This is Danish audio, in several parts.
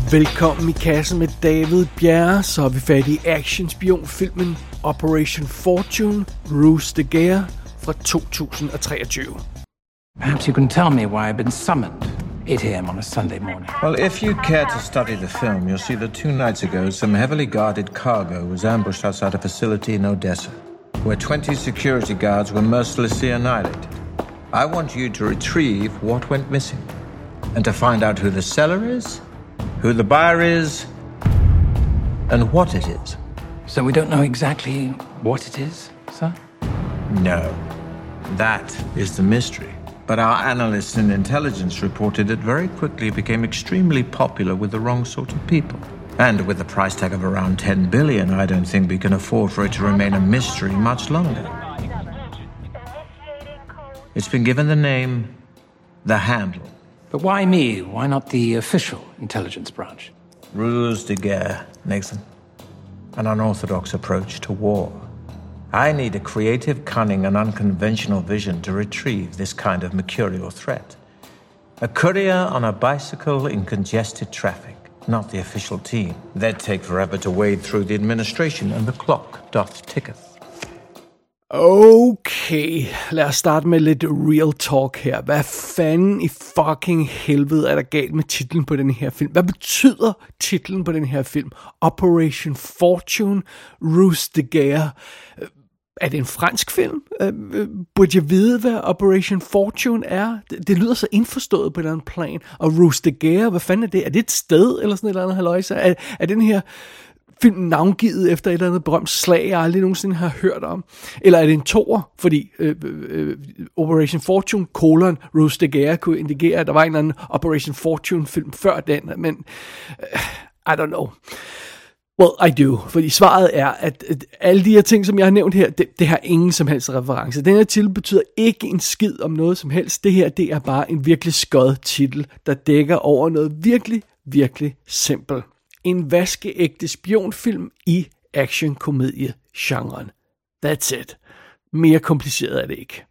Velkommen i kassen med David Bjerre, så har vi fat i actionspionfilmen Operation Fortune, Ruse de Guerre fra 2023. Perhaps you can tell me why I've been summoned 8 a.m. on a Sunday morning. Well, if you care to study the film, you'll see that 2 nights ago, some heavily guarded cargo was ambushed outside a facility in Odessa, where 20 security guards were mercilessly annihilated. I want you to retrieve what went missing, and to find out who the seller is, who the buyer is, and what it is. So we don't know exactly what it is, sir? No. That is the mystery. But our analysts in intelligence reported it very quickly became extremely popular with the wrong sort of people. And with a price tag of around 10 billion, I don't think we can afford for it to remain a mystery much longer. It's been given the name The Handle. But why me? Why not the official intelligence branch? Ruse de Guerre, Nathan. An unorthodox approach to war. I need a creative cunning and unconventional vision to retrieve this kind of mercurial threat. A courier on a bicycle in congested traffic, not the official team. They'd take forever to wade through the administration, and the clock doth ticketh. Okay, lad os starte med lidt real talk her. Hvad fanden i fucking helvede er der galt med titlen på den her film? Hvad betyder titlen på den her film? Operation Fortune, Ruse de Guerre. Er det en fransk film? Burde jeg vide, hvad Operation Fortune er? Det lyder så indforstået på en eller anden plan. Og Ruse de Guerre, hvad fanden er det? Er det et sted eller sådan et eller andet halløjse? Er den her film navngivet efter et eller andet berømt slag, jeg aldrig nogensinde har hørt om? Eller er det en toer? Fordi Operation Fortune, Ruse de Guerre kunne indikere, at der var en eller anden Operation Fortune film før den, men I don't know. Well, I do, fordi svaret er, at alle de her ting, som jeg har nævnt her, det har ingen som helst reference. Den her titel betyder ikke en skid om noget som helst. Det her, det er bare en virkelig skød titel, der dækker over noget virkelig, virkelig simpelt. En vaskeægte spionfilm i action-komedie-genren. That's it. Mere kompliceret er det ikke.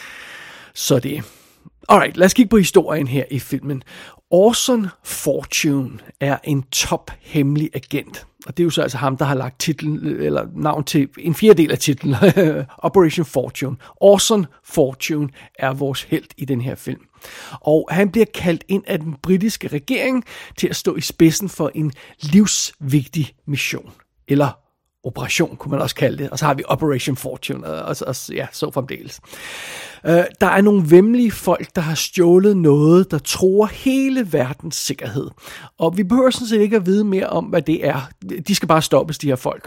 Så det. Alright, lad os kigge på historien her i filmen. Orson Fortune er en top-hemmelig agent. Og det er jo så altså ham, der har lagt titlen, eller navn til en fjerdedel af titlen, Operation Fortune. Orson Fortune er vores helt i den her film. Og han bliver kaldt ind af den britiske regering til at stå i spidsen for en livsvigtig mission. Eller operation, kunne man også kalde det. Og så har vi Operation Fortune, og ja, så fremdeles. Der er nogle væmmelige folk, der har stjålet noget, der truer hele verdens sikkerhed. Og vi behøver sådan set ikke at vide mere om, hvad det er. De skal bare stoppes, de her folk.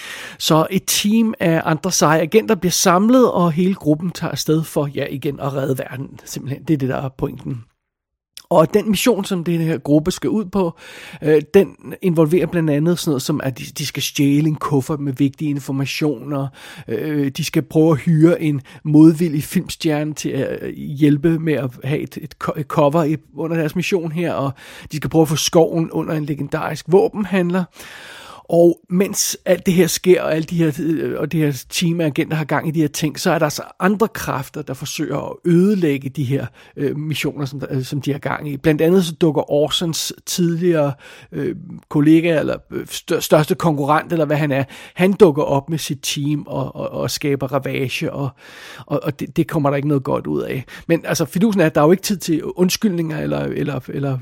Så et team af andre seje agenter bliver samlet, og hele gruppen tager afsted for, ja, igen at redde verden. Simpelthen, det er det, der er pointen. Og den mission, som den her gruppe skal ud på, den involverer blandt andet sådan noget som, at de skal stjæle en kuffert med vigtige informationer. De skal prøve at hyre en modvillig filmstjerne til at hjælpe med at have et cover under deres mission her. Og de skal prøve at få skoven under en legendarisk våbenhandler. Og mens alt det her sker, og det her team af agenter har gang i de her ting, så er der altså andre kræfter, der forsøger at ødelægge de her missioner, som de har gang i. Blandt andet så dukker Orsons tidligere kollega, eller største konkurrent, eller hvad han er, han dukker op med sit team og skaber ravage, og det kommer der ikke noget godt ud af. Men altså, fidusen er, at der er jo ikke tid til undskyldninger, eller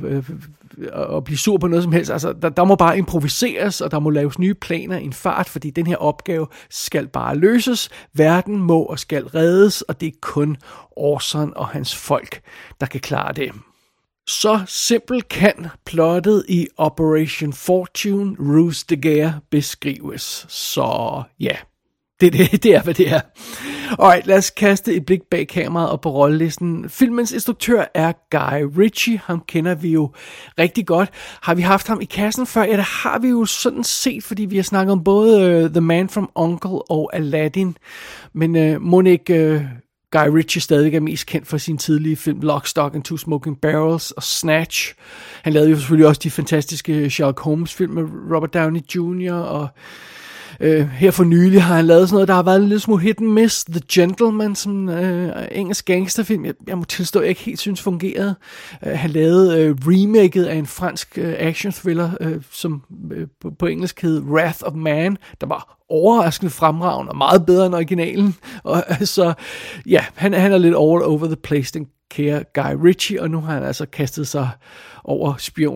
at blive sur på noget som helst. Altså, der må bare improviseres, og der må laves nye planer i en fart, fordi den her opgave skal bare løses. Verden må og skal reddes, og det er kun Orson og hans folk, der kan klare det. Så simpelt kan plottet i Operation Fortune, Ruse de Guerre beskrives. Så ja, det er, hvad det er. Alright, lad os kaste et blik bag kameraet og på rollelisten. Filmens instruktør er Guy Ritchie. Ham kender vi jo rigtig godt. Har vi haft ham i kassen før? Ja, det har vi jo sådan set, fordi vi har snakket om både The Man from U.N.C.L.E. og Aladdin. Men må ikke Guy Ritchie stadig er mest kendt for sin tidlige film Lock, Stock and Two Smoking Barrels og Snatch. Han lavede jo selvfølgelig også de fantastiske Sherlock Holmes film med Robert Downey Jr. og Her for nylig har han lavet sådan noget, der har været en lille smule hit and miss. The Gentleman, som engelsk gangsterfilm, jeg må tilstå, jeg ikke helt synes fungerede. Han lavede remaket af en fransk action thriller, som på engelsk hed Wrath of Man, der var overraskende fremragende og meget bedre end originalen. Og så ja, han er lidt all over the place, den kære Guy Ritchie, og nu har han altså kastet sig over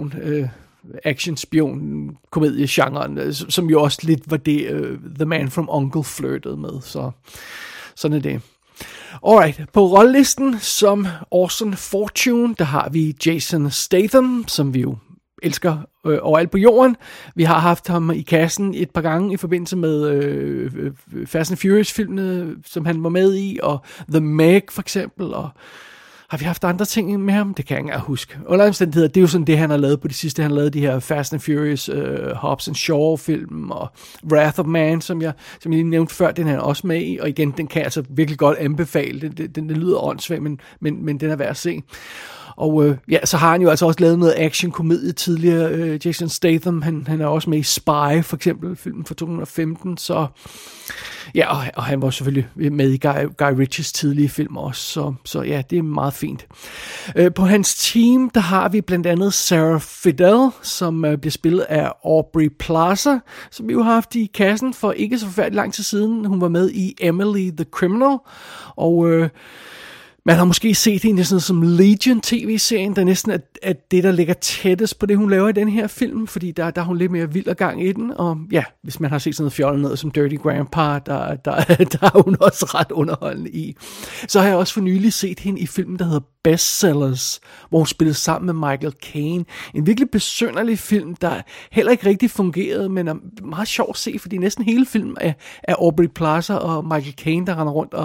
action-spion komediegenren, som jo også lidt var det The Man from U.N.C.L.E. flirtede med, så sådan er det. Alright, på rollelisten som Orson Fortune, der har vi Jason Statham, som vi jo elsker overalt på jorden. Vi har haft ham i kassen et par gange i forbindelse med Fast and Furious-filmene, som han var med i, og The Meg for eksempel, og har vi haft andre ting med ham? Det kan jeg ikke engang huske. Under omstændigheder, det er jo sådan det, han har lavet på det sidste. Han har lavet de her Fast and Furious, Hobbs and Shaw-film, og Wrath of Man, som jeg lige nævnte før, den er han også med i. Og igen, den kan jeg altså virkelig godt anbefale. Den lyder åndssvagt, men den er værd at se. Og ja, så har han jo altså også lavet noget action-komedie tidligere. Jason Statham, han er også med i Spy, for eksempel, filmen fra 2015. Så ja, og han var selvfølgelig med i Guy Ritchies tidlige film også. Så ja, det er meget fint. På hans team, der har vi blandt andet Sarah Fidel, som bliver spillet af Aubrey Plaza, som vi jo har haft i kassen for ikke så forfærdeligt lang tid siden. Hun var med i Emily the Criminal, og man har måske set hende sådan som Legion tv-serien, der næsten er det, der ligger tættest på det, hun laver i den her film, fordi der er hun lidt mere vild og gang i den, og ja, hvis man har set sådan noget fjollet noget som Dirty Grandpa, der er hun også ret underholdende i. Så har jeg også for nylig set hende i filmen, der hedder Bestsellers, hvor hun spillede sammen med Michael Caine. En virkelig besynderlig film, der heller ikke rigtig fungerede, men er meget sjov at se, fordi næsten hele filmen er Aubrey Plaza og Michael Caine, der render rundt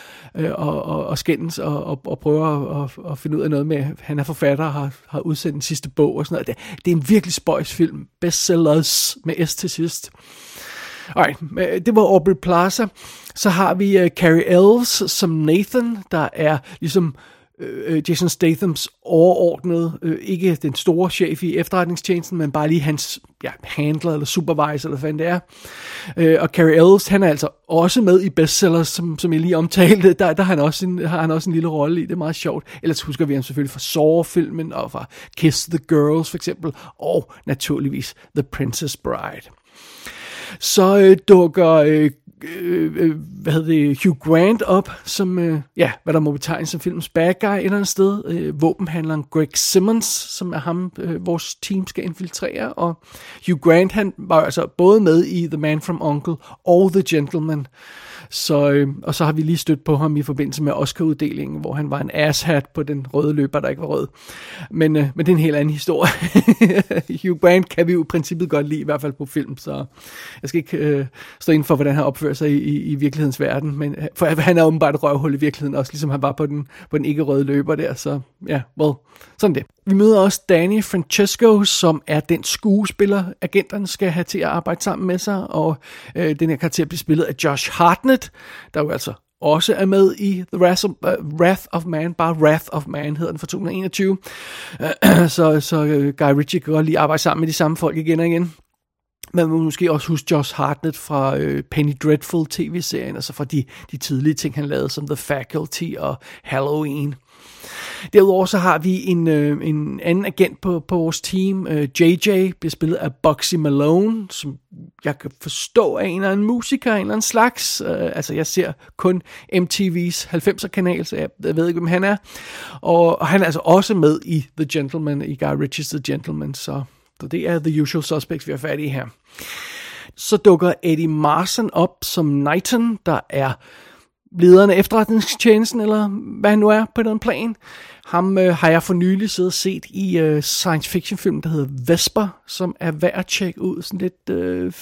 og skændes og prøver at finde ud af noget med, at han er forfatter og har udsendt den sidste bog og sådan noget. Det er en virkelig spøjs film. Bestsellers med S til sidst. Alright, det var Aubrey Plaza. Så har vi Cary Elves som Nathan, der er ligesom Jason Stathams overordnede, ikke den store chef i efterretningstjenesten, men bare lige hans handler eller supervisor, eller hvad det er. Og Cary Elves, han er altså også med i Bestsellers, som jeg lige omtalte. Der har han også en lille rolle i. Det er meget sjovt. Ellers husker vi ham selvfølgelig fra Saw-filmen, og fra Kiss the Girls for eksempel, og naturligvis The Princess Bride. Så dukker Hugh Grant op som, hvad der må betegnes som filmens bad guy et eller andet sted. Våbenhandleren Greg Simmons, som er ham, vores team skal infiltrere. Og Hugh Grant, han var altså både med i The Man from U.N.C.L.E. og The Gentleman. Og så har vi lige stødt på ham i forbindelse med Oscar-uddelingen, hvor han var en asshat på den røde løber, der ikke var rød. Men det er en helt anden historie. Hugh Grant kan vi jo i princippet godt lide, i hvert fald på film, så jeg skal ikke stå inden for, hvordan han opfører sig i virkelighedens verden, men for han er åbenbart et røvhul i virkeligheden, også ligesom han var på den ikke-røde løber der, så ja, sådan det. Vi møder også Danny Francesco, som er den skuespiller, agenterne skal have til at arbejde sammen med sig, og den her karakter bliver spillet af Josh Hartnett, der jo altså også er med i The Wrath of Man, bare Wrath of Man hedder den fra 2021. Så Guy Ritchie kan godt lige arbejde sammen med de samme folk igen og igen. Man må måske også huske Josh Hartnett fra Penny Dreadful tv-serien, altså fra de tidlige ting, han lavede, som The Faculty og Halloween. Derudover så har vi en anden agent på vores team. JJ bliver spillet af Bugsy Malone, som jeg kan forstå er en eller anden musiker, en eller anden slags. Altså jeg ser kun MTV's 90'er-kanal, så jeg ved ikke, hvem han er. Og han er altså også med i The Gentleman, i Guy Ritchie's The Gentleman, så det er The Usual Suspects, vi er færdige her. Så dukker Eddie Marsan op som Knighton, der er lederen af efterretningstjenesten, eller hvad han nu er på den plan. Ham har jeg for nylig siddet og set i science fiction film, der hedder Vesper, som er værd at tjekke ud. Sådan lidt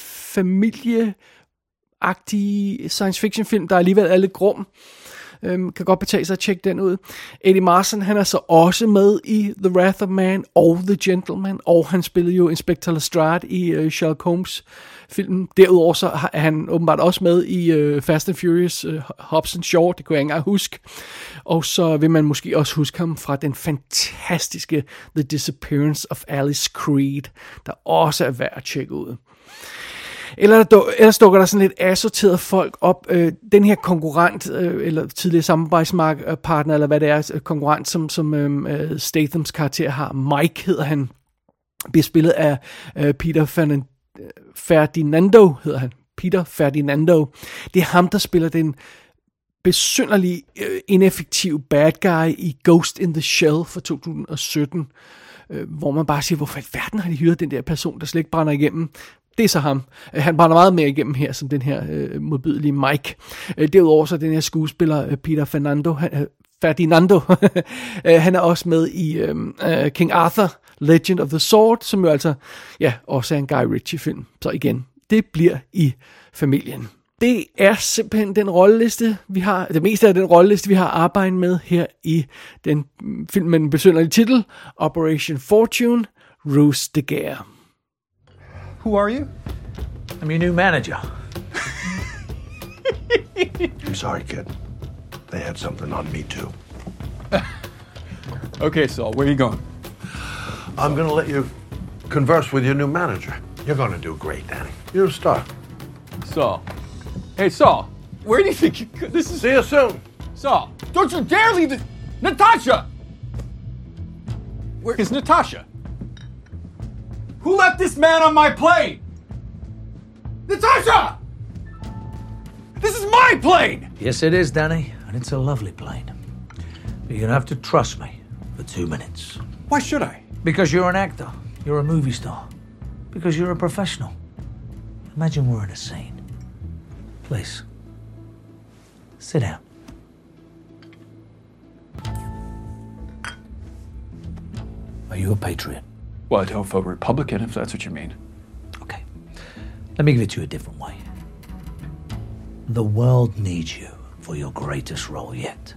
familieagtig science fiction film, der alligevel er lidt grum. Kan godt betale sig at tjekke den ud. Eddie Marsan, han er så også med i The Wrath of Man og The Gentleman, og han spillede jo Inspector Lestrade i Sherlock Holmes filmen. Derudover så er han åbenbart også med i Fast and Furious, Hobbs and Shaw, det kunne jeg ikke engang huske. Og så vil man måske også huske ham fra den fantastiske The Disappearance of Alice Creed, der også er værd at tjekke ud. Ellers dukker der sådan lidt assorterede folk op. Den her konkurrent, eller tidligere samarbejdspartner, eller hvad det er, konkurrent, som Stathams karakter har, Mike hedder han, bliver spillet af Peter Ferdinando, hedder han. Peter Ferdinando. Det er ham, der spiller den besynderlige, ineffektive bad guy i Ghost in the Shell fra 2017, hvor man bare siger, hvorfor i verden har de hyret den der person, der slet ikke brænder igennem. Det er så ham. Han brænder meget mere igennem her, som den her modbydelige Mike. Derudover så den her skuespiller, Peter Ferdinando, han er også med i King Arthur, Legend of the Sword, som jo altså, ja, også er en Guy Ritchie-film. Så igen, det bliver i familien. Det er simpelthen den rolleliste, vi har, det meste af den rolleliste, vi har arbejdet med her i den film med den besynderlige titel, Operation Fortune, Ruse de Guerre. Who are you? I'm your new manager. I'm sorry, kid. They had something on me, too. Okay, Saul, where are you going? I'm going to let you converse with your new manager. You're going to do great, Danny. You're a star. Saul. Hey, Saul, where do you think you could? This is... See you soon. Saul, don't you dare leave the... Natasha! Where is Natasha? Who left this man on my plane? Natasha! This is my plane! Yes, it is, Danny, and it's a lovely plane. But you're gonna have to trust me for 2 minutes. Why should I? Because you're an actor. You're a movie star. Because you're a professional. Imagine we're in a scene. Please. Sit down. Are you a patriot? Well, I don't vote Republican, if that's what you mean. Okay. Let me give it to you a different way. The world needs you for your greatest role yet.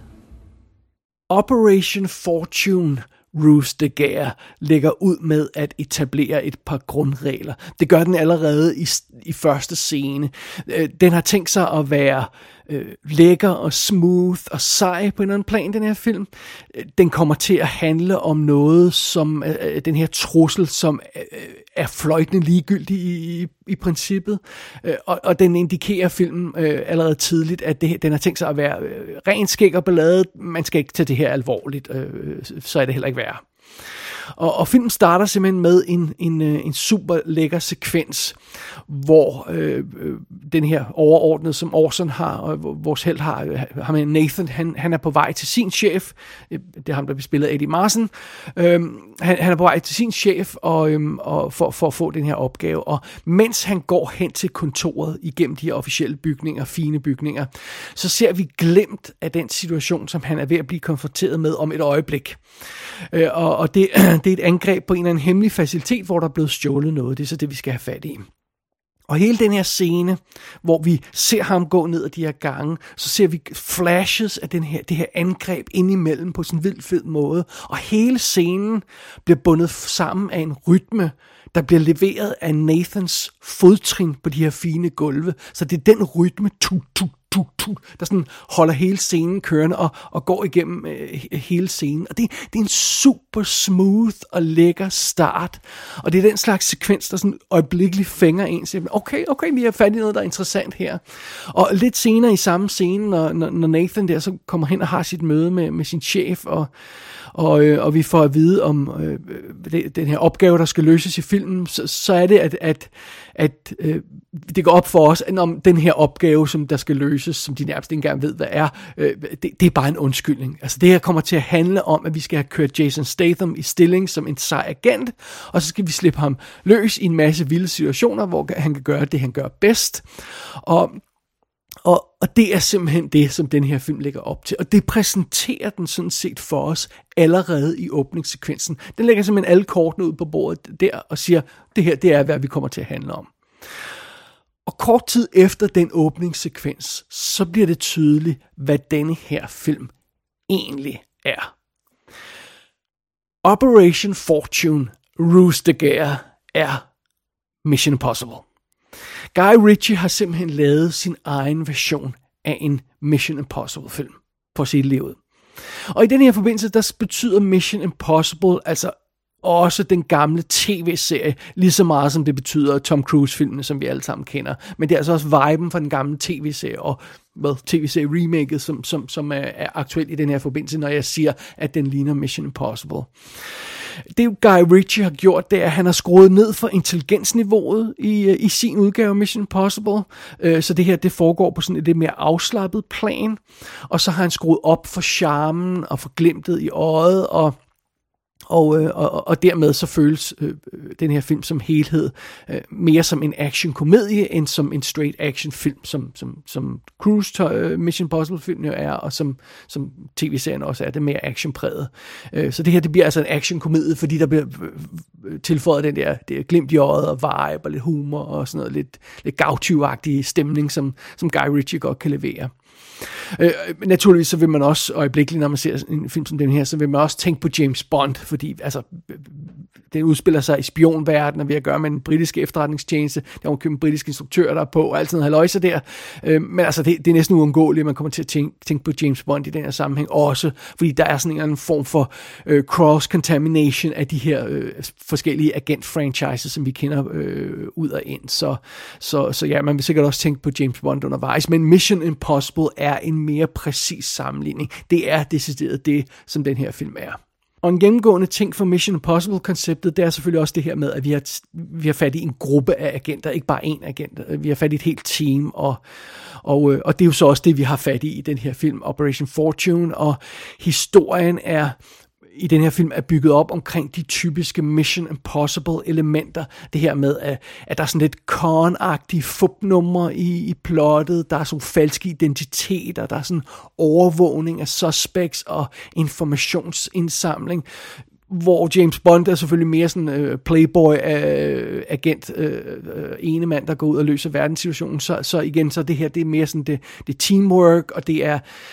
Operation Fortune, Ruse de Guerre, lægger ud med at etablere et par grundregler. Det gør den allerede i første scene. Den har tænkt sig at være lækker og smooth og sej på en eller anden plan, den her film. Den kommer til at handle om noget som den her trussel, som er fløjtende ligegyldig i princippet. Og den indikerer filmen allerede tidligt, at den har tænkt sig at være ren skæg og ballade. Man skal ikke tage det her alvorligt, så er det heller ikke værre. Og filmen starter simpelthen med en super lækker sekvens, hvor den her overordnede, som Orson har, og vores held har med Nathan, han er på vej til sin chef. Det er ham, der bliver spillet af Eddie Marsan. Han er på vej til sin chef og for at få den her opgave. Og mens han går hen til kontoret igennem de her officielle bygninger, fine bygninger, så ser vi glimt af den situation, som han er ved at blive konfronteret med om et øjeblik. Og det er et angreb på en eller anden hemmelig facilitet, hvor der er blevet stjålet noget. Det er så det, vi skal have fat i. Og hele den her scene, hvor vi ser ham gå ned ad de her gange, så ser vi flashes af det her angreb indimellem på sådan en vild fed måde. Og hele scenen bliver bundet sammen af en rytme, der bliver leveret af Nathans fodtrin på de her fine gulve. Så det er den rytme, der sådan holder hele scenen kørende og går igennem hele scenen. Og det er en super smooth og lækker start. Og det er den slags sekvens, der sådan øjeblikkeligt fænger en. Så okay, vi har fat i noget, der er interessant her. Og lidt senere i samme scene, når Nathan der så kommer hen og har sit møde med sin chef, og vi får at vide om den her opgave, der skal løses i filmen, så er det, at det går op for os, at om den her opgave, som der skal løses, som de nærmest ikke engang ved, hvad er, det er bare en undskyldning. Altså det her kommer til at handle om, at vi skal have kørt Jason Statham i stilling som en sej agent, og så skal vi slippe ham løs i en masse vilde situationer, hvor han kan gøre det, han gør bedst. Og det er simpelthen det, som den her film lægger op til. Og det præsenterer den sådan set for os allerede i åbningssekvensen. Den lægger simpelthen alle kortene ud på bordet der og siger, det her, det er, hvad vi kommer til at handle om. Og kort tid efter den åbningssekvens, så bliver det tydeligt, hvad denne her film egentlig er. Operation Fortune, Ruse de Guerre er Mission Impossible. Guy Ritchie har simpelthen lavet sin egen version af en Mission Impossible film, for at sige det lige ud. Og i den her forbindelse, der betyder Mission Impossible altså også den gamle tv-serie, lige så meget som det betyder Tom Cruise-filmene, som vi alle sammen kender. Men det er altså også viben fra den gamle tv-serie, og tv-serie-remaket, som er aktuelt i den her forbindelse, når jeg siger, at den ligner Mission Impossible. Det Guy Ritchie har gjort, det er, at han har skruet ned for intelligensniveauet i sin udgave af Mission Impossible. Så det her, det foregår på sådan et lidt mere afslappet plan. Og så har han skruet op for charmen og for glimtet i øjet, og dermed så føles den her film som helhed mere som en action-komedie, end som en straight action-film, som Cruise Mission Impossible-film jo er, og som tv-serien også er, det mere action-præget. Så det her, det bliver altså en action-komedie, fordi der bliver tilføjet den der glimt i øjet og vibe og lidt humor og sådan noget lidt gaucho-agtig stemning, som Guy Ritchie godt kan levere. Naturligvis så vil man også øjeblikkeligt, når man ser en film som den her, så vil man også tænke på James Bond, fordi altså den udspiller sig i spionverdenen, og vi har at gøre med en britisk efterretningstjeneste, der har købt en britisk instruktør, der er på, og alt sådan noget halløjse der. Men altså det er næsten uundgåeligt, at man kommer til at tænke på James Bond i den her sammenhæng også, fordi der er sådan en anden form for cross-contamination af de her forskellige agent-franchises, som vi kender ud og ind. Så ja, man vil sikkert også tænke på James Bond undervejs, men Mission Impossible er en mere præcis sammenligning. Det er decideret det, som den her film er. Og en gennemgående ting for Mission Impossible-konceptet, det er selvfølgelig også det her med, at vi har fat i en gruppe af agenter, ikke bare én agent. Vi har fat i et helt team, og det er jo så også det, vi har fat i den her film, Operation Fortune, og historien i den her film er bygget op omkring de typiske Mission Impossible-elementer. Det her med, at der er sådan lidt con-agtige fupnumre i plottet, der er sådan falske identiteter, der er sådan overvågning af suspects og informationsindsamling, hvor James Bond er selvfølgelig mere sådan playboy-agent, ene mand, der går ud og løser verdenssituationen. Så igen, så det her, det er mere sådan det teamwork, og det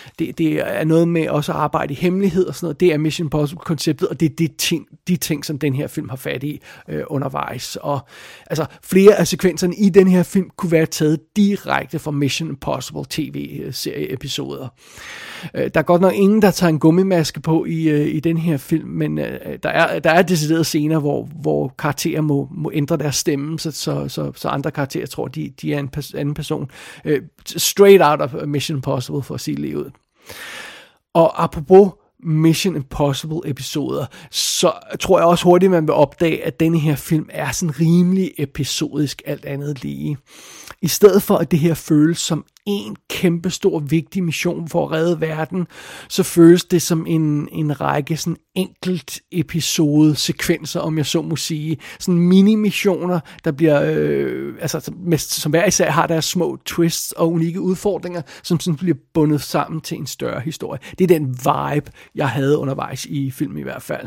er noget med også at arbejde i hemmelighed og sådan noget. Det er Mission Impossible-konceptet, og det er de ting, som den her film har fat i undervejs. Og altså, flere af sekvenserne i den her film kunne være taget direkte fra Mission Impossible tv-serie-episoder. Der er godt nok ingen, der tager en gummimaske på i den her film, men der er deciderede scener, hvor karakterer må ændre deres stemme, så andre karakterer tror, de er en anden person. Straight out of Mission Impossible, for at sige det ud. Og apropos Mission Impossible episoder, så tror jeg også hurtigt, man vil opdage, at denne her film er sådan rimelig episodisk, alt andet lige. I stedet for, at det her føles som en kæmpestor vigtig mission for at redde verden, så føles det som en række sådan enkelt episode sekvenser, om jeg så må sige. Sådan mini-missioner, der bliver, som hver især har deres små twists og unikke udfordringer, som sådan bliver bundet sammen til en større historie. Det er den vibe, jeg havde undervejs i filmen i hvert fald.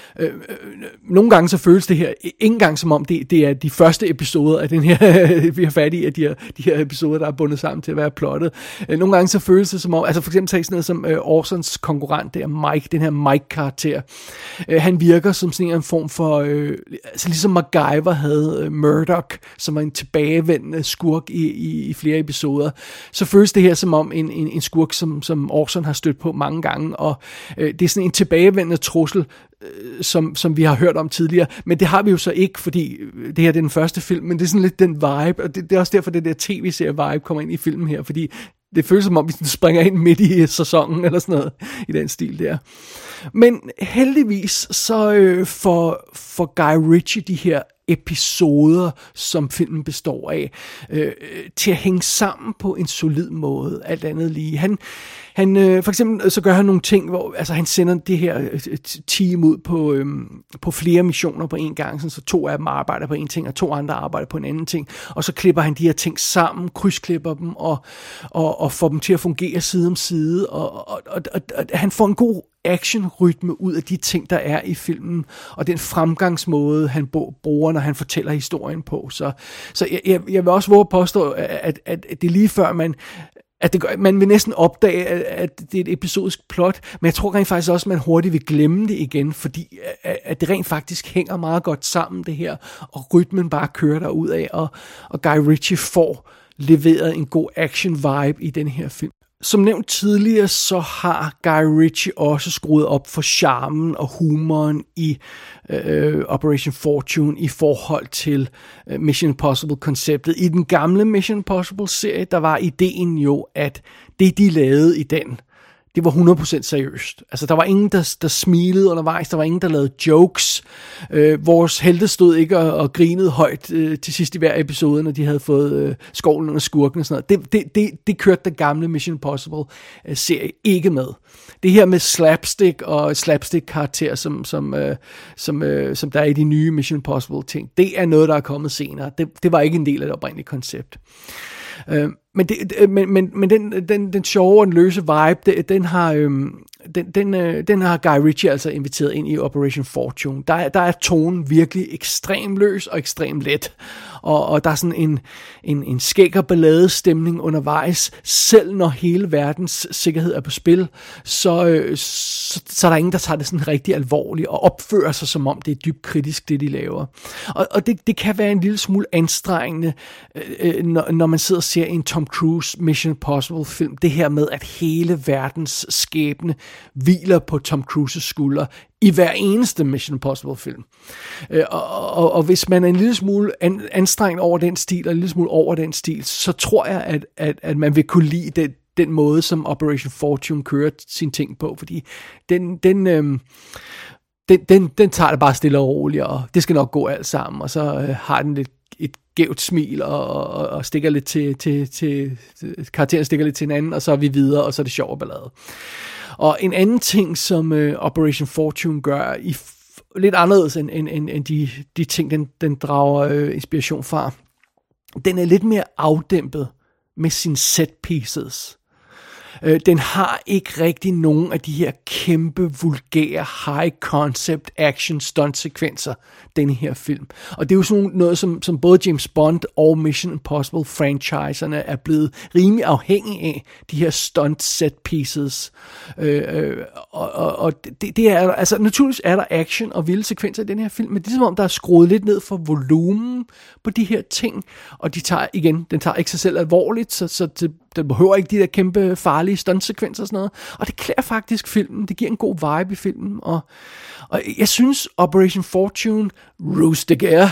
Nogle gange så føles det her ikke engang som om det er de første episoder af den her, vi har fat i, at de her episoder, der er bundet sammen til at være plottet. Nogle gange så føles det som om, altså for eksempel sådan noget som Orsons konkurrent, det er Mike, den her Mike-karakter. Han virker som sådan en form for, altså ligesom MacGyver havde Murdoch, som var en tilbagevendende skurk i flere episoder. Så føles det her som om en skurk, som Orson har stødt på mange gange, og det er sådan en tilbagevendende trussel, som vi har hørt om tidligere, men det har vi jo så ikke, fordi det her er den første film, men det er sådan lidt den vibe, og det er også derfor, det der tv-serie-vibe kommer ind i filmen her, fordi det føles som om, vi springer ind midt i sæsonen, eller sådan noget, i den stil der. Men heldigvis, så for Guy Ritchie, de her episoder, som filmen består af, til at hænge sammen på en solid måde, alt andet lige. Han for eksempel, så gør han nogle ting, hvor altså, han sender det her team ud på flere missioner på en gang, så 2 af dem arbejder på en ting, og 2 andre arbejder på en anden ting, og så klipper han de her ting sammen, krydsklipper dem, og får dem til at fungere side om side, og han får en god actionrytme ud af de ting, der er i filmen, og den fremgangsmåde, han bruger, når han fortæller historien på. Så jeg vil også våge at påstå, at det er lige før, man vil næsten opdage, at det er et episodisk plot, men jeg tror rent faktisk også, at man hurtigt vil glemme det igen, fordi at det rent faktisk hænger meget godt sammen, det her, og rytmen bare kører derudad, og Guy Ritchie får leveret en god action-vibe i den her film. Som nævnt tidligere, så har Guy Ritchie også skruet op for charmen og humoren i Operation Fortune i forhold til Mission Impossible-konceptet. I den gamle Mission Impossible-serie, der var ideen jo, at det de lavede i den, det var 100% seriøst. Altså, der var ingen, der smilede undervejs. Der var ingen, der lavede jokes. Vores helte stod ikke og grinede højt til sidst i hver episode, når de havde fået skovlen under skurken og sådan noget. Det kørte den gamle Mission Impossible-serie ikke med. Det her med slapstick og slapstick-karakter, som der er i de nye Mission Impossible-ting, det er noget, der er kommet senere. Det var ikke en del af det oprindelige koncept. Men den sjove og den løse vibe, den har Guy Ritchie altså inviteret ind i Operation Fortune. Der er tonen virkelig ekstremt løs og ekstremt let. Og der er sådan en skæg og balladestemning undervejs. Selv når hele verdens sikkerhed er på spil, så er der ingen, der tager det sådan rigtig alvorligt og opfører sig, som om det er dybt kritisk, det de laver. Og det kan være en lille smule anstrengende, når man sidder og ser en Tom Cruise Mission Impossible film. Det her med, at hele verdens skæbne hviler på Tom Cruises skuldre i hver eneste Mission Impossible film. Og hvis man er en lille smule anstrengt over den stil, og en lille smule over den stil, så tror jeg, at man vil kunne lide den måde, som Operation Fortune kører sine ting på, fordi den tager det bare stille og roligt, og det skal nok gå alt sammen, og så har den et gævt smil, og stikker lidt til karakteren stikker lidt til hinanden, og så er vi videre, og så er det sjov og ballade. Og en anden ting, som Operation Fortune gør lidt anderledes end de ting, den drager inspiration fra, den er lidt mere afdæmpet med sine set pieces. Den har ikke rigtig nogen af de her kæmpe, vulgære, high concept action stunt sekvenser, den her film. Og det er jo sådan noget, som både James Bond og Mission Impossible franchiserne er blevet rimelig afhængige af, de her stunt set pieces. Og det er, altså naturligvis er der action og vilde sekvenser i den her film, men det er som om, der er skruet lidt ned for volumen på de her ting, og den tager ikke sig selv alvorligt, så den behøver ikke de der kæmpe farlige stuntsekvenser og sådan noget. Og det klæder faktisk filmen. Det giver en god vibe i filmen. Og jeg synes, Operation Fortune, Ruse de Guerre,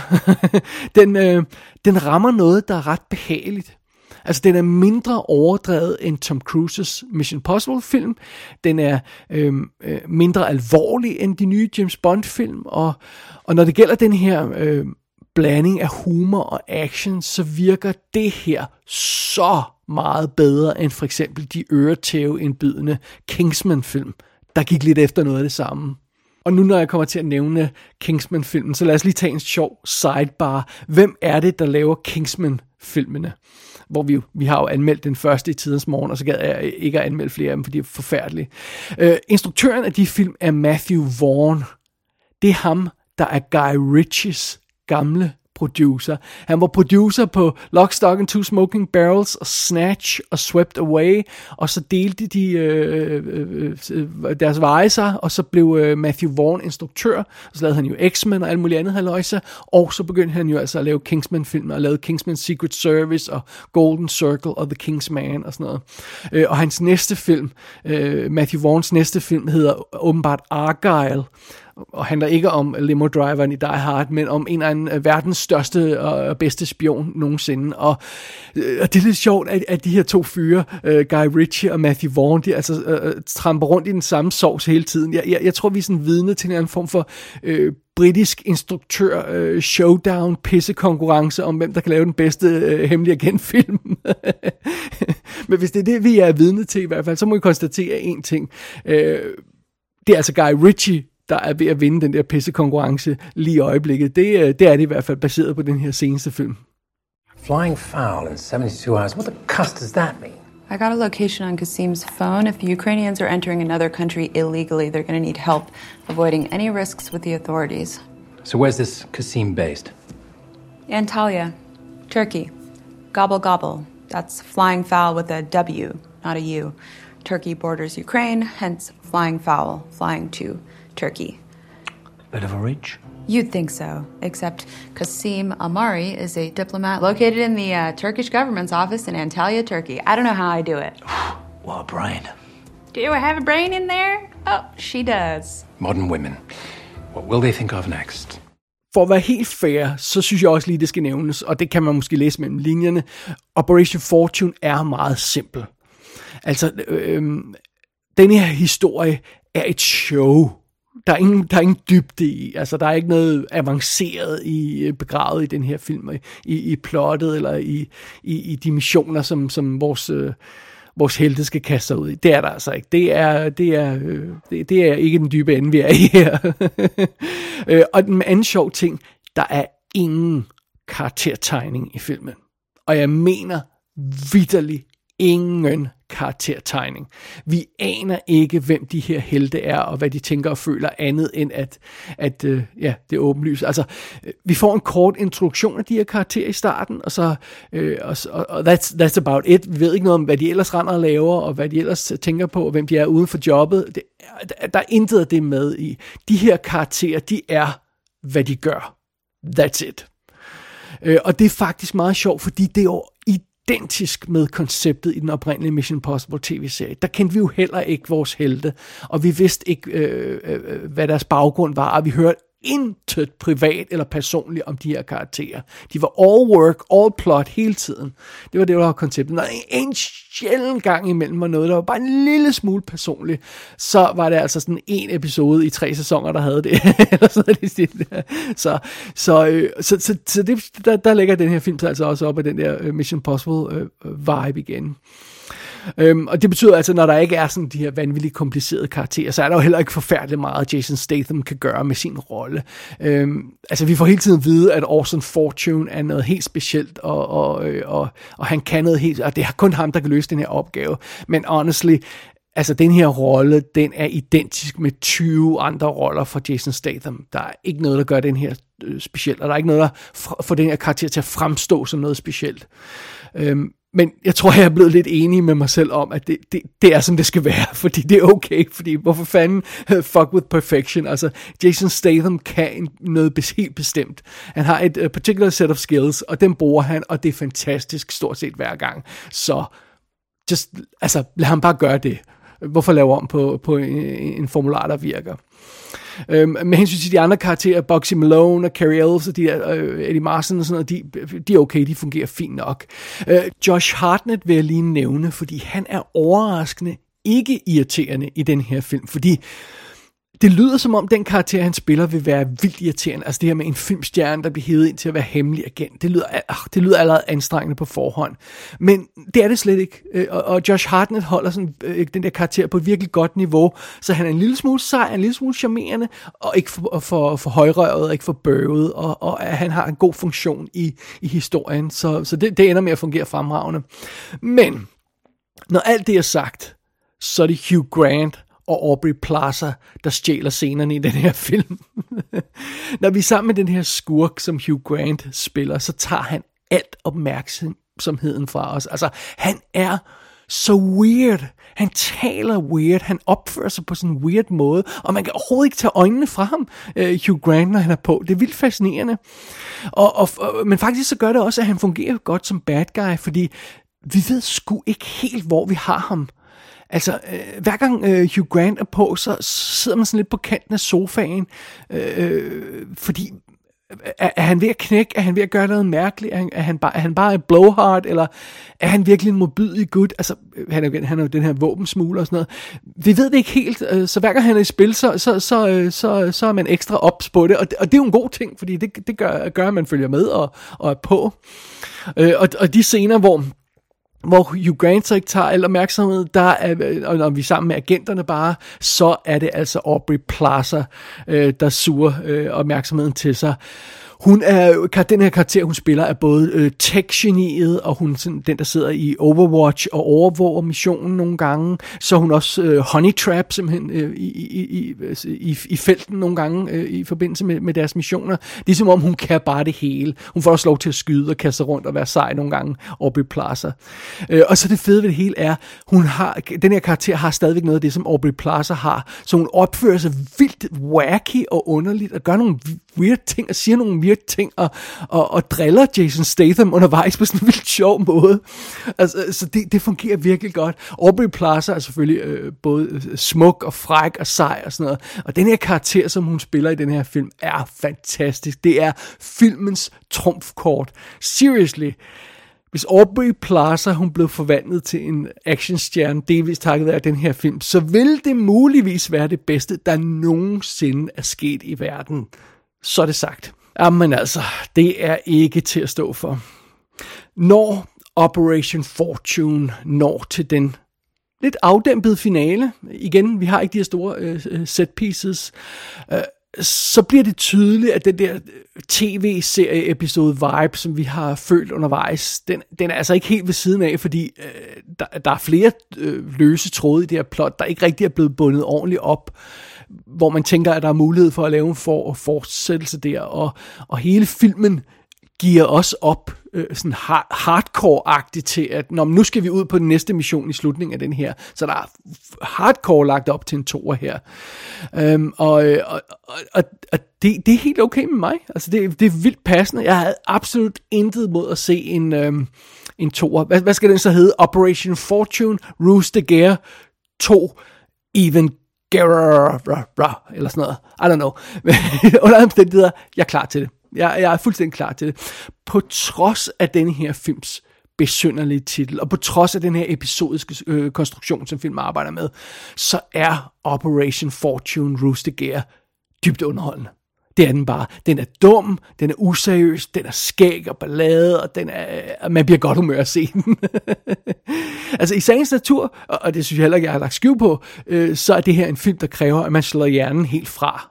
den rammer noget, der er ret behageligt. Altså, den er mindre overdrevet end Tom Cruises Mission Impossible film. Den er mindre alvorlig end de nye James Bond film. Og når det gælder den her blanding af humor og action, så virker det her så meget bedre end for eksempel de øretæveindbydende Kingsman-film, der gik lidt efter noget af det samme. Og nu når jeg kommer til at nævne Kingsman-filmen, så lad os lige tage en sjov sidebar. Hvem er det, der laver Kingsman-filmene? Hvor vi har jo anmeldt den første i tidens morgen, og så gad jeg ikke at anmelde flere af dem, for de er forfærdelige. Instruktøren af de film er Matthew Vaughn. Det er ham, der er Guy Ritchies gamle producer. Han var producer på Lock, Stock and Two Smoking Barrels og Snatch og Swept Away, og så delte de deres veje sig, og så blev Matthew Vaughn instruktør, og så lavede han jo X-Men og alt muligt andet halløjse, og så begyndte han jo altså at lave Kingsman-film, og lavede Kingsman Secret Service og Golden Circle og The King's Man og sådan noget. Og hans næste film, Matthew Vaughns næste film, hedder åbenbart Argyle, og handler ikke om limo-driveren i Die Hard, men om en af verdens største og bedste spion nogensinde. Og det er lidt sjovt, at de her to fyre, Guy Ritchie og Matthew Vaughn, de altså tramper rundt i den samme sovs hele tiden. Jeg tror, vi er sådan vidne til en anden form for britisk instruktør showdown pissekonkurrence om, hvem der kan lave den bedste hemmelige agentfilm. Men hvis det er det, vi er vidne til i hvert fald, så må vi konstatere en ting. Det er altså Guy Ritchie, der er ved at vinde den der pissekonkurrence lige i øjeblikket. Det er det i hvert fald baseret på den her seneste film. Flying foul in 72 hours. What the cuss does that mean? I got a location on Qasim's phone. If the Ukrainians are entering another country illegally, they're going to need help avoiding any risks with the authorities. So where's this Qasim based? Antalya, Turkey. Gobble gobble. That's flying foul with a W, not a U. Turkey borders Ukraine, hence flying foul, flying to Turkey. Bit of a reach? You'd think so, except Qasim Amari is a diplomat located in the Turkish government's office in Antalya, Turkey. I don't know how I do it. What a brain. Do you have a brain in there? Oh, she does. Modern women. What will they think of next? For at være helt fair, så synes jeg også lige, det skal nævnes, og det kan man måske læse mellem linjerne. Operation Fortune er meget simpel. Altså, den her historie er et show. Der er ingen dybde i. Altså, der er ikke noget avanceret begravet i den her film, i plottet eller i de missioner, som vores helte skal kaste sig ud i. Det er der altså ikke. Det er ikke den dybe ende, vi er i her. Og den anden sjov ting, der er ingen karaktertegning i filmen. Og jeg mener vitterligt ingen karaktertegning. Vi aner ikke, hvem de her helte er, og hvad de tænker og føler, andet end at det er åbenlyst. Altså, vi får en kort introduktion af de her karakterer i starten, og så that's about it. Vi ved ikke noget om, hvad de ellers render og laver, og hvad de ellers tænker på, og hvem de er uden for jobbet. Der er intet af det med i. De her karakterer, de er, hvad de gør. That's it. Og det er faktisk meget sjovt, fordi det er jo identisk med konceptet i den oprindelige Mission Impossible tv-serie. Der kendte vi jo heller ikke vores helte, og vi vidste ikke, hvad deres baggrund var, og vi hørte intet privat eller personligt om de her karakterer. De var all work, all plot hele tiden. Det var det, der var konceptet. Når en sjælden gang imellem var noget, der var bare en lille smule personligt, så var det altså sådan en episode i 3 sæsoner, der havde det. Eller sådan så det, der lægger den her film så altså også op af den der Mission Impossible vibe igen. Og det betyder altså, når der ikke er sådan de her vanvittigt komplicerede karakterer, så er der jo heller ikke forfærdeligt meget, Jason Statham kan gøre med sin rolle. Altså, vi får hele tiden at vide, at Orson Fortune er noget helt specielt, og han kan noget helt, og det er kun ham, der kan løse den her opgave. Men honestly, altså, den her rolle, den er identisk med 20 andre roller fra Jason Statham. Der er ikke noget, der gør den her specielt, og der er ikke noget, der får den her karakter til at fremstå som noget specielt. Men jeg tror, jeg er blevet lidt enig med mig selv om, at det er, som det skal være, fordi det er okay, fordi hvorfor fanden fuck with perfection? Altså, Jason Statham kan noget helt bestemt. Han har et particular set of skills, og dem bruger han, og det er fantastisk stort set hver gang. Så, lad ham bare gøre det. Hvorfor lave om på en formular, der virker? Med hensyn til de andre karakterer, Bugsy Malone og Cary Elves og de der, Eddie Marsan og sådan noget, de er okay, de fungerer fint nok. Josh Hartnett vil jeg lige nævne, fordi han er overraskende ikke irriterende i den her film, fordi det lyder som om den karakter, han spiller, vil være vildt irriterende. Altså det her med en filmstjerne, der bliver hævet ind til at være hemmelig agent. Det lyder allerede anstrengende på forhånd. Men det er det slet ikke. Og Josh Hartnett holder sådan, den der karakter på et virkelig godt niveau. Så han er en lille smule sej, en lille smule charmerende, og ikke for højrøvet, og ikke for bøvet. Og han har en god funktion i historien. Så det ender med at fungere fremragende. Men når alt det er sagt, så er det Hugh Grant og Aubrey Plaza, der stjæler scenerne i den her film. Når vi er sammen med den her skurk, som Hugh Grant spiller, så tager han alt opmærksomheden fra os. Altså, han er så weird. Han taler weird. Han opfører sig på sådan en weird måde, og man kan overhovedet ikke tage øjnene fra ham, Hugh Grant, når han er på. Det er vildt fascinerende. Men faktisk så gør det også, at han fungerer godt som bad guy, fordi vi ved sgu ikke helt, hvor vi har ham. Altså, hver gang Hugh Grant er på, så sidder man sådan lidt på kanten af sofaen, fordi er han ved at knække? Er han ved at gøre noget mærkeligt? Er han bare en blowhard? Eller er han virkelig en modbydelig gut? Altså, han er jo den her våbensmugler og sådan noget. Vi ved det ikke helt, så hver gang han er i spil, så er man ekstra ops på det, og det er jo en god ting, fordi det gør at man følger med og er på. Og de scener, hvor Hugh Grant så ikke tager al opmærksomhed, og når vi er sammen med agenterne bare, så er det altså Aubrey Plaza, der suger opmærksomheden til sig. Den her karakter, hun spiller, er både tech-geniet, og hun den, der sidder i Overwatch og overvåger missionen nogle gange. Så er hun også honey trap, simpelthen i felten nogle gange i forbindelse med deres missioner. Det er som om, hun kan bare det hele. Hun får også lov til at skyde og kaste rundt og være sej nogle gange, Aubrey Plaza. Og så det fede ved det hele er, den her karakter har stadigvæk noget af det, som Aubrey Plaza har. Så hun opfører sig vildt wacky og underligt, og gør nogle weird ting, og siger nogle weird siger ting og driller Jason Statham undervejs på sådan en vildt sjov måde. Altså, så det fungerer virkelig godt. Aubrey Plaza er selvfølgelig både smuk og fræk og sej og sådan noget. Og den her karakter, som hun spiller i den her film, er fantastisk. Det er filmens trumfkort. Seriously. Hvis Aubrey Plaza, hun blev forvandlet til en actionstjerne, delvis takket af den her film, så vil det muligvis være det bedste, der nogensinde er sket i verden. Så er det sagt. Jamen altså, det er ikke til at stå for. Når Operation Fortune når til den lidt afdæmpede finale, igen, vi har ikke de her store set pieces, så bliver det tydeligt, at den der tv-serie-episode vibe, som vi har følt undervejs, den er altså ikke helt ved siden af, fordi der er flere løse tråde i det her plot, der ikke rigtig er blevet bundet ordentligt op, hvor man tænker, at der er mulighed for at lave en fortsættelse der, og hele filmen giver os op sådan hardcore-agtigt til, at nu skal vi ud på den næste mission i slutningen af den her. Så der er hardcore lagt op til en toer her. Og det er helt okay med mig. Altså det er vildt passende. Jeg havde absolut intet mod at se en toer. Hvad skal den så hedde? Operation Fortune, Ruse de Guerre 2, Even eller sådan noget. I don't know. Under omstændigheder, jeg er klar til det. Jeg er fuldstændig klar til det. På trods af denne her films besynderlige titel, og på trods af den her episodiske konstruktion, som film arbejder med, så er Operation Fortune Ruse de Guerre dybt underholdende. Det er den bare. Den er dum, den er useriøs, den er skæg og ballade, og man bliver godt humør at se den. Altså i sagens natur, og det synes jeg heller ikke, jeg har lagt skjul på, så er det her en film, der kræver, at man slår hjernen helt fra.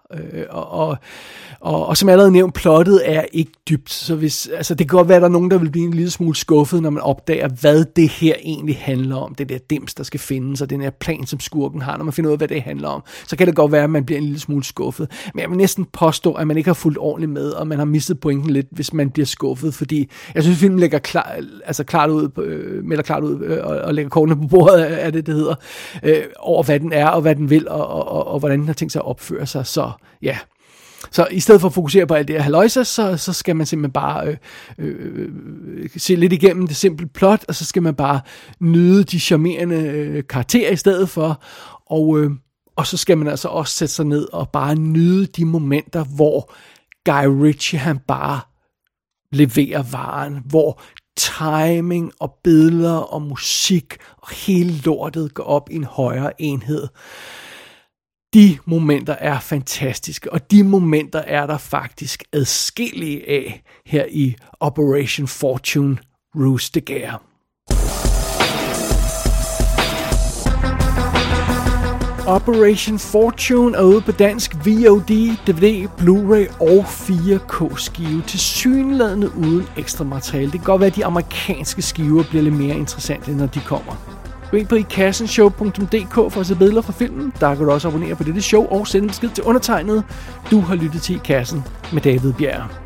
Og som allerede nævnt, plottet er ikke dybt, så det kan godt være, at der er nogen, der vil blive en lille smule skuffet, når man opdager, hvad det her egentlig handler om. Det der dims, der skal findes, og den her plan, som skurken har, når man finder ud af, hvad det handler om. Så kan det godt være, at man bliver en lille smule skuffet. Men jeg vil næsten påstå, at man ikke har fulgt ordentligt med, og man har mistet pointen lidt, hvis man bliver skuffet, fordi jeg synes, filmen lægger klart ud og lægger kortene på bordet af det hedder, over hvad den er, og hvad den vil, og hvordan den har tænkt sig at opføre sig. Så ja. Så i stedet for at fokusere på alt det her halløjsa, så skal man simpelthen bare se lidt igennem det simple plot, og så skal man bare nyde de charmerende karakterer i stedet for, og så skal man altså også sætte sig ned og bare nyde de momenter, hvor Guy Ritchie han bare leverer varen, hvor timing og billeder og musik og hele lortet går op i en højere enhed. De momenter er fantastiske, og de momenter er der faktisk adskillige af her i Operation Fortune Ruse de Guerre. Operation Fortune er ude på dansk VOD, DVD, Blu-ray og 4K-skive, tilsyneladende uden ekstra materiale. Det kan godt være, at de amerikanske skiver bliver lidt mere interessante, når de kommer. Gå ind på ikassenshow.dk for at se billeder fra filmen. Der kan du også abonnere på dette show og sende besked til undertegnet. Du har lyttet til I Kassen med David Bjerg.